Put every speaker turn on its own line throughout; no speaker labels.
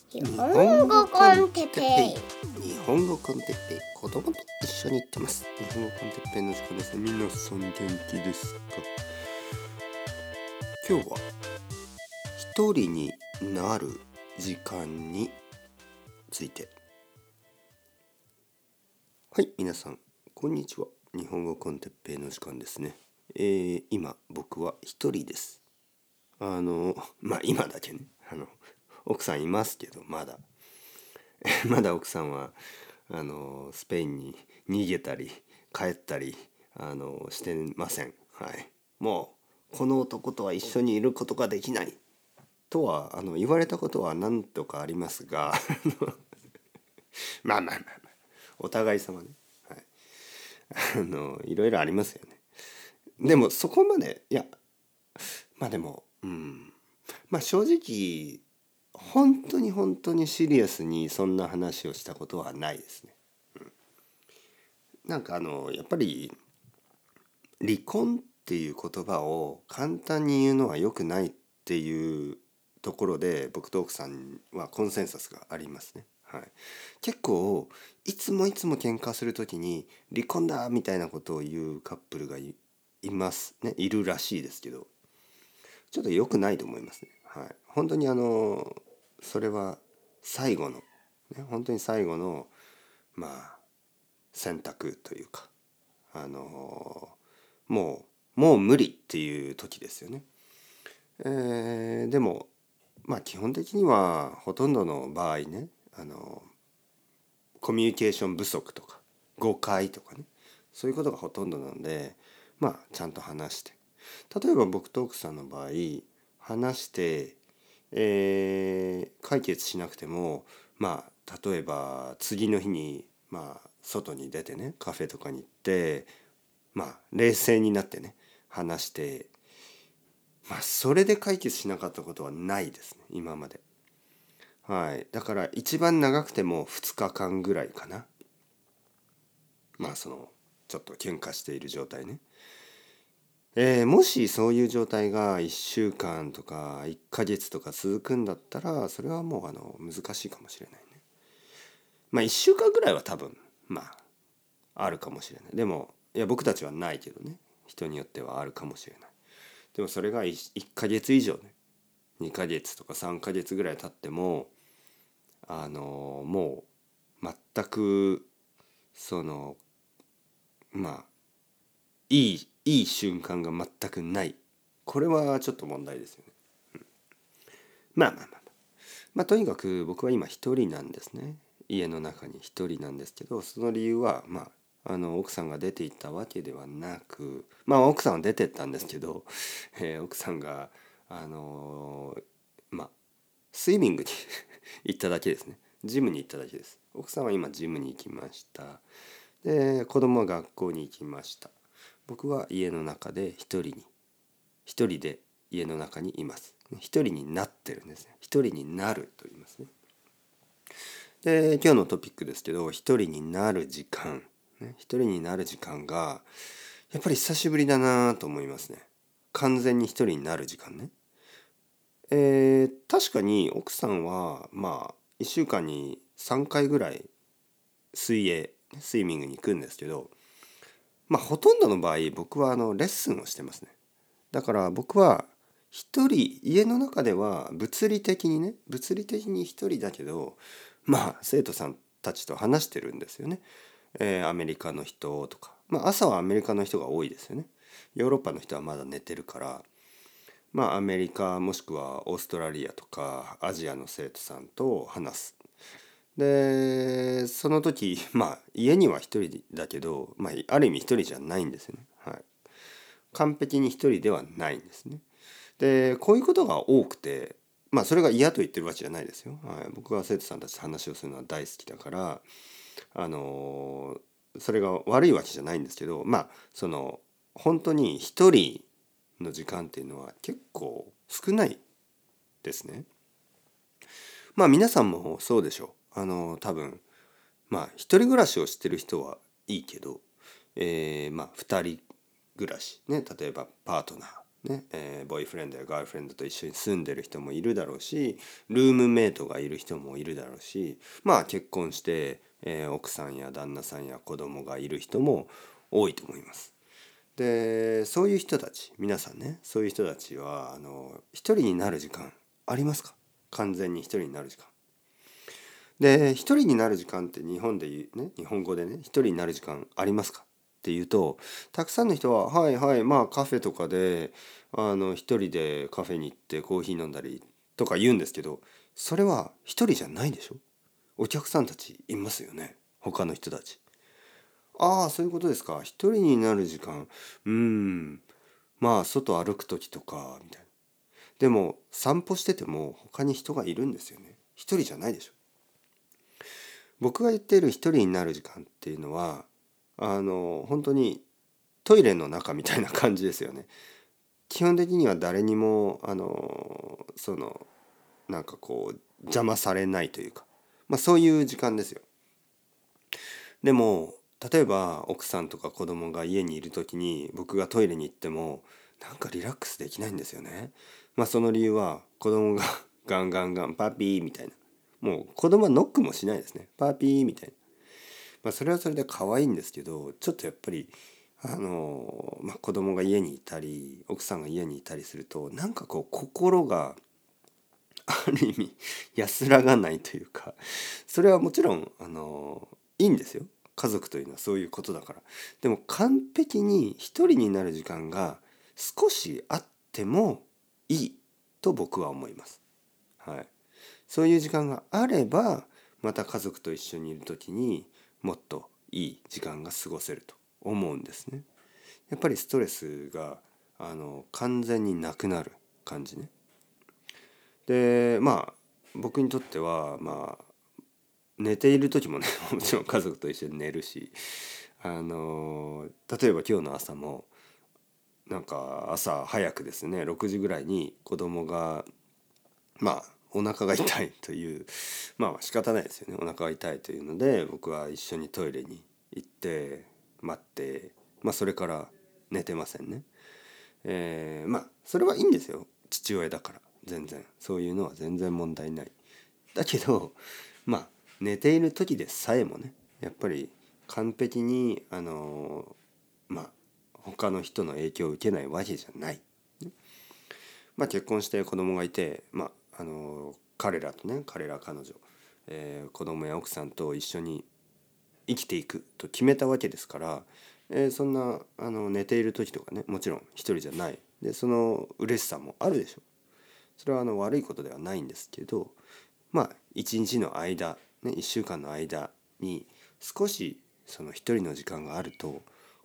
日本語コンテッペイ。
日本語コンテッペイ、子供と一緒に行ってます。日本語コンテッペイの時間です。皆さん元気ですか？今日は一人になる時間について。はい、皆さんこんにちは。日本語コンテッペイの時間ですね。今僕は一人です。今だけね、奥さんいますけど、まだ奥さんはスペインに逃げたり帰ったりしてません。はい。もうこの男とは一緒にいることができないとは言われたことは何とかありますがまあお互い様ね。はい。いろいろありますよね。でもそこまででも正直本当にシリアスにそんな話をしたことはないですね。やっぱり離婚っていう言葉を簡単に言うのは良くないっていうところで僕と奥さんはコンセンサスがありますね。はい、結構いつも喧嘩する時に離婚だみたいなことを言うカップルがいますね。いるらしいですけど、ちょっと良くないと思いますね。はい、本当にそれは最後の、本当に最後の選択というかもう無理っていう時ですよね。でも基本的にはほとんどの場合ねコミュニケーション不足とか誤解とかね、そういうことがほとんどなのでちゃんと話して、例えば僕と奥さんの場合話して、解決しなくても例えば次の日に外に出てねカフェとかに行って冷静になってね話してそれで解決しなかったことはないですね今まで。はい、だから一番長くても2日間ぐらいかな。ちょっと喧嘩している状態ね。もしそういう状態が1週間とか1ヶ月とか続くんだったらそれはもう難しいかもしれないね。1週間ぐらいは多分あるかもしれない。でも僕たちはないけどね、人によってはあるかもしれない。でもそれが 1ヶ月以上ね、2ヶ月とか3ヶ月ぐらい経ってももう全くそのいい瞬間が全くない。これはちょっと問題ですよね。とにかく僕は今一人なんですね。家の中に一人なんですけど、その理由は奥さんが出て行ったわけではなく、奥さんは出てったんですけど、奥さんがスイミングに行っただけですね。ジムに行っただけです。奥さんは今ジムに行きました。で子供は学校に行きました。僕は家の中で一人で家の中にいます。一人になってるんですね。一人になると言いますね。で今日のトピックですけど、一人になる時間、一人になる時間がやっぱり久しぶりだなと思いますね。完全に一人になる時間ね。確かに奥さんは1週間に3回ぐらいスイミングに行くんですけど、ほとんどの場合僕はレッスンをしてますね。だから僕は一人家の中では物理的に一人だけど生徒さんたちと話してるんですよね。アメリカの人とか、朝はアメリカの人が多いですよね。ヨーロッパの人はまだ寝てるからアメリカもしくはオーストラリアとかアジアの生徒さんと話す。でその時家には一人だけど、ある意味一人じゃないんですよね。はい、完璧に一人ではないんですね。でこういうことが多くてそれが嫌と言ってるわけじゃないですよ。はい、僕は生徒さんたちと話をするのは大好きだからそれが悪いわけじゃないんですけど本当に一人の時間っていうのは結構少ないですね。皆さんもそうでしょう。多分一人暮らしをしてる人はいいけど、二人暮らしね、例えばパートナーねボーイフレンドやガールフレンドと一緒に住んでる人もいるだろうし、ルームメイトがいる人もいるだろうし、まあ結婚して、奥さんや旦那さんや子供がいる人も多いと思います。でそういう人たち、皆さんね、そういう人たちは一人になる時間ありますか？完全に一人になる時間で、一人になる時間って日本で言うね、日本語でね、一人になる時間ありますかっていうと、たくさんの人ははいはい、まあカフェとかで一人でカフェに行ってコーヒー飲んだりとか言うんですけど、それは一人じゃないでしょ。お客さんたちいますよね、他の人たち。ああ、そういうことですか。一人になる時間、まあ外歩く時とかみたいな。でも散歩してても他に人がいるんですよね。一人じゃないでしょ。僕が言っている一人になる時間っていうのは本当にトイレの中みたいな感じですよね。基本的には誰にもなんかこう邪魔されないというか、まあそういう時間ですよ。でも例えば奥さんとか子供が家にいる時に僕がトイレに行ってもなんかリラックスできないんですよね。まあその理由は子供がガンガンガンパピーみたいな、もう子供はノックもしないですね、パピーみたいな。まあそれはそれで可愛いんですけど、ちょっとやっぱり子供が家にいたり奥さんが家にいたりするとなんかこう心がある意味安らがないというか、それはもちろんいいんですよ。家族というのはそういうことだから。でも完璧に一人になる時間が少しあってもいいと僕は思います。はい。そういう時間があればまた家族と一緒にいる時にもっといい時間が過ごせると思うんですね。やっぱりストレスが完全になくなる感じね。でまあ僕にとってはまあ寝ている時もねもちろん家族と一緒に寝るし、例えば今日の朝もなんか朝早くですね、6時ぐらいに子供がまあお腹が痛いという、まあ仕方ないですよね、お腹が痛いというので僕は一緒にトイレに行って待って、まあそれから寝てませんね。まあそれはいいんですよ、父親だから。全然そういうのは全然問題ない。だけどまあ寝ている時でさえもね、やっぱり完璧にまあ他の人の影響を受けないわけじゃない。まあ結婚して子供がいて、まあ彼らとね、彼ら彼女、子供や奥さんと一緒に生きていくと決めたわけですから、そんな寝ている時とかね、もちろん一人じゃないで、その嬉しさもあるでしょう。それは悪いことではないんですけど、まあ一日の間、ね、1週間の間に少しその一人の時間があると、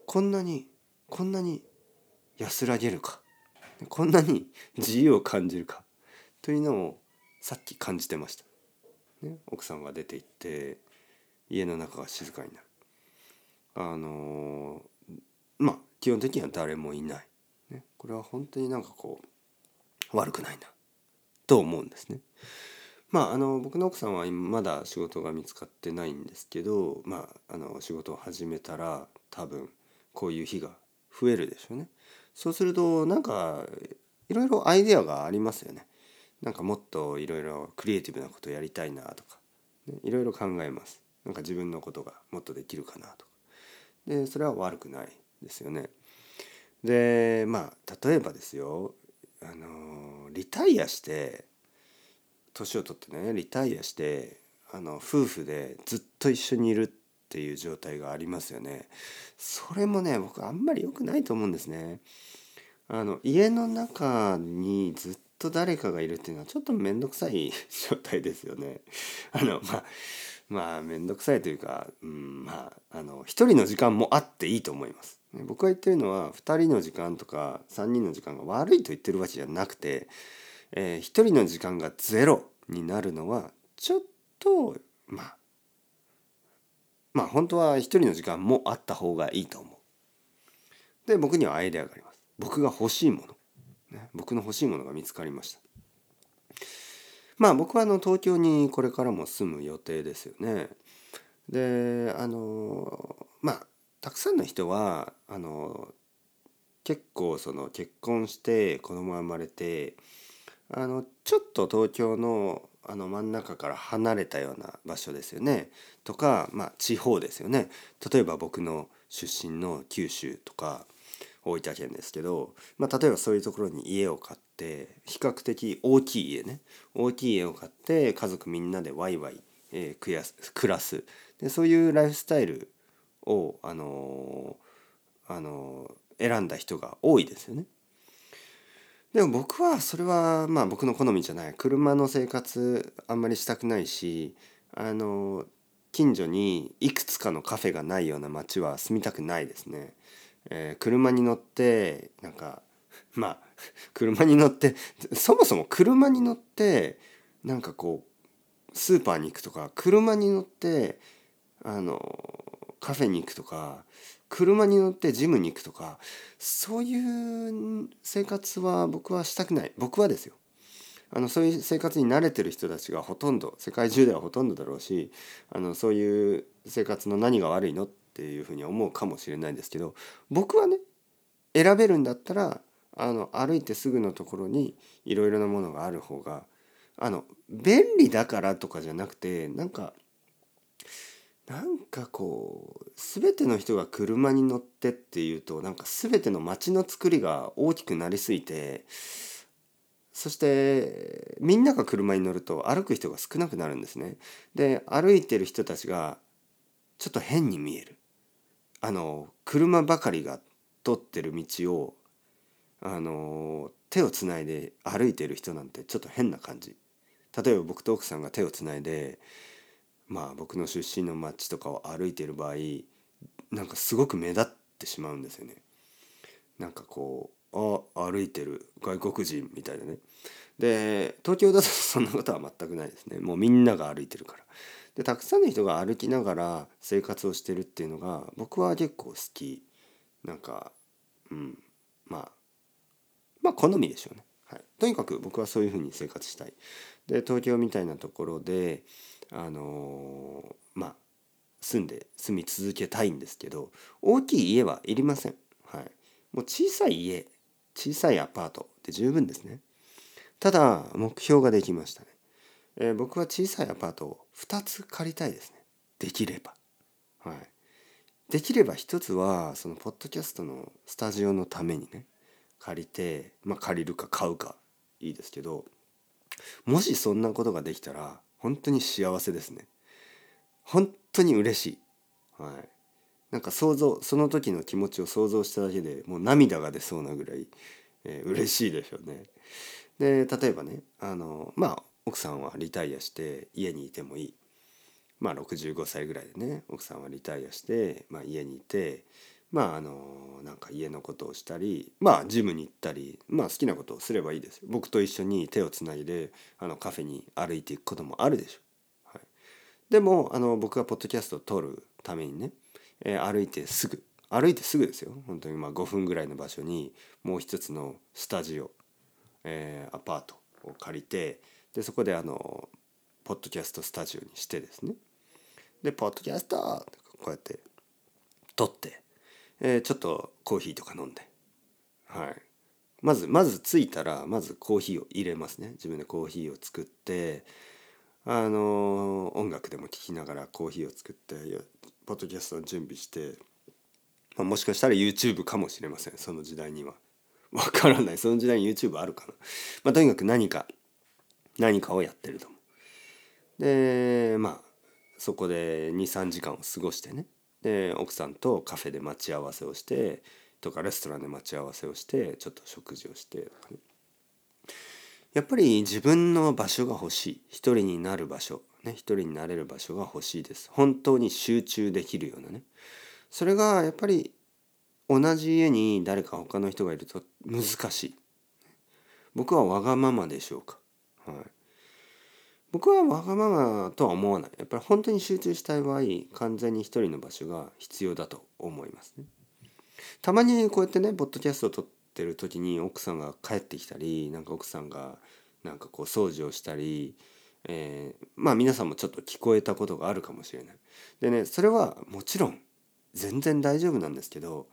こんなに安らげるか、こんなに自由を感じるかというのをさっき感じてました、ね。奥さんが出て行って家の中が静かになる。まあ基本的には誰もいない、ね、これは本当になんかこう悪くないなと思うんですね。まあ僕の奥さんは今まだ仕事が見つかってないんですけど、まあ仕事を始めたら多分こういう日が増えるでしょうね。そうするとなんかいろいろアイデアがありますよね。なんかもっといろいろクリエイティブなことやりたいなとか、ね、いろいろ考えます。なんか自分のことがもっとできるかなとか。でそれは悪くないですよね。でまあ例えばですよ、リタイアして年を取ってね、リタイアして夫婦でずっと一緒にいるっていう状態がありますよね。それもね僕あんまり良くないと思うんですね。家の中にずっと誰かがいるっていうのはちょっと面倒くさい状態ですよね。まあ面倒くさいというか、一人の時間もあっていいと思います。僕が言ってるのは二人の時間とか三人の時間が悪いと言ってるわけじゃなくて、一人の時間がゼロになるのはちょっとまあ本当は一人の時間もあった方がいいと思う。で僕にはアイデアがあります。僕が欲しいもの、ね、僕の欲しいものが見つかりました。まあ僕は東京にこれからも住む予定ですよね。でまあたくさんの人は結構その結婚して子供が生まれてちょっと東京の真ん中から離れたような場所ですよね。とか地方ですよね。例えば僕の出身の九州とか大分県ですけど、例えばそういうところに家を買って比較的大きい家ね、大きい家を買って家族みんなでワイワイ、暮らすで、そういうライフスタイルを選んだ人が多いですよね。でも僕はそれは僕の好みじゃない。車の生活あんまりしたくないし、あの近所にいくつかのカフェがないような街は住みたくないですね。車に乗ってまあ車に乗ってそもそも車に乗ってスーパーに行くとか、車に乗ってカフェに行くとか、車に乗ってジムに行くとか、そういう生活は僕はしたくない。僕はですよ。そういう生活に慣れてる人たちがほとんど、世界中ではほとんどだろうし、そういう生活の何が悪いのっていうふうに思うかもしれないんですけど、僕はね、選べるんだったら歩いてすぐのところにいろいろなものがある方が便利だからとかじゃなくて、全ての人が車に乗ってっていうと全ての街の作りが大きくなりすぎて、そしてみんなが車に乗ると歩く人が少なくなるんですね。で歩いてる人たちがちょっと変に見える。車ばかりが通ってる道を手をつないで歩いてる人なんてちょっと変な感じ。例えば僕と奥さんが手をつないで僕の出身の町とかを歩いている場合、すごく目立ってしまうんですよね。歩いてる外国人みたいなね。で東京だとそんなことは全くないですね。もうみんなが歩いてるから。でたくさんの人が歩きながら生活をしてるっていうのが僕は結構好き。なんかうんまあ好みでしょうね。はい、とにかく僕はそういうふうに生活したい。で東京みたいなところであのーまあ住み続けたいんですけど、大きい家はいりません。はい、もう小さい家、小さいアパートで十分ですね。ただ目標ができましたね。僕は小さいアパートを2つ借りたいですね。できれば。はい。できれば一つはそのポッドキャストのスタジオのためにね借りて、借りるか買うかいいですけど、もしそんなことができたら本当に幸せですね。本当に嬉しい。はい。その時の気持ちを想像しただけでもう涙が出そうなぐらい、嬉しいでしょうね。で例えばね奥さんはリタイアして家にいてもいい。65歳ぐらいでね奥さんはリタイアして、家にいて家のことをしたりジムに行ったり好きなことをすればいいですよ。僕と一緒に手をつないでカフェに歩いていくこともあるでしょう。はい、でも僕がポッドキャストを撮るためにね、歩いてすぐですよ。本当に5分ぐらいの場所にもう一つのスタジオ、アパートを借りて、でそこでポッドキャストスタジオにしてですね、でポッドキャストってこうやって撮って、ちょっとコーヒーとか飲んで、はい、まず着いたらまずコーヒーを入れますね。自分でコーヒーを作って、音楽でも聴きながらコーヒーを作ってポッドキャストの準備して、もしかしたら YouTube かもしれません。その時代にはわからない。その時代に YouTube あるかな。とにかく何かをやってると思う。でそこで23時間を過ごしてね、で奥さんとカフェで待ち合わせをしてとかレストランで待ち合わせをしてちょっと食事をしてとかね。やっぱり自分の場所が欲しい。一人になる場所ね、一人になれる場所が欲しいです。本当に集中できるようなね。それがやっぱり同じ家に誰か他の人がいると難しい。僕はわがままでしょうか。はい。僕はわがままとは思わない。やっぱり本当に集中したい場合、完全に一人の場所が必要だと思いますね。たまにこうやってね、ポッドキャストを撮ってる時に奥さんが帰ってきたり、奥さんが掃除をしたり、皆さんもちょっと聞こえたことがあるかもしれない。でね、それはもちろん全然大丈夫なんですけど、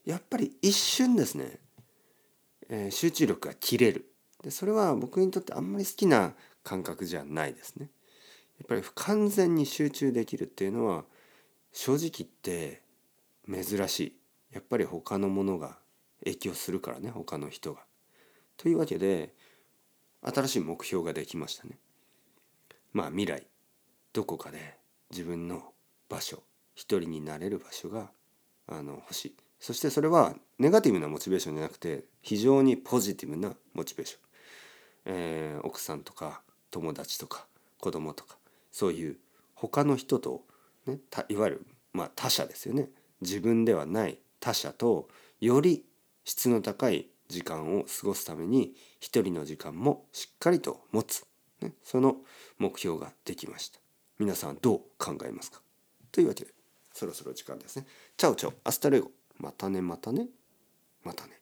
やっぱり一瞬ですね、集中力が切れる。でそれは僕にとってあんまり好きな感覚じゃないですね。やっぱり完全に集中できるっていうのは正直言って珍しい。やっぱり他のものが影響するからね、他の人が。というわけで新しい目標ができましたね。未来どこかで自分の場所、一人になれる場所が欲しい。そしてそれはネガティブなモチベーションじゃなくて非常にポジティブなモチベーション。奥さんとか友達とか子供とかそういう他の人と、ね、いわゆる、他者ですよね。自分ではない他者とより質の高い時間を過ごすために一人の時間もしっかりと持つ、ね、その目標ができました。皆さんどう考えますか？というわけでそろそろ時間ですね。チャオチャオアスタレゴ。またねまたねまたね。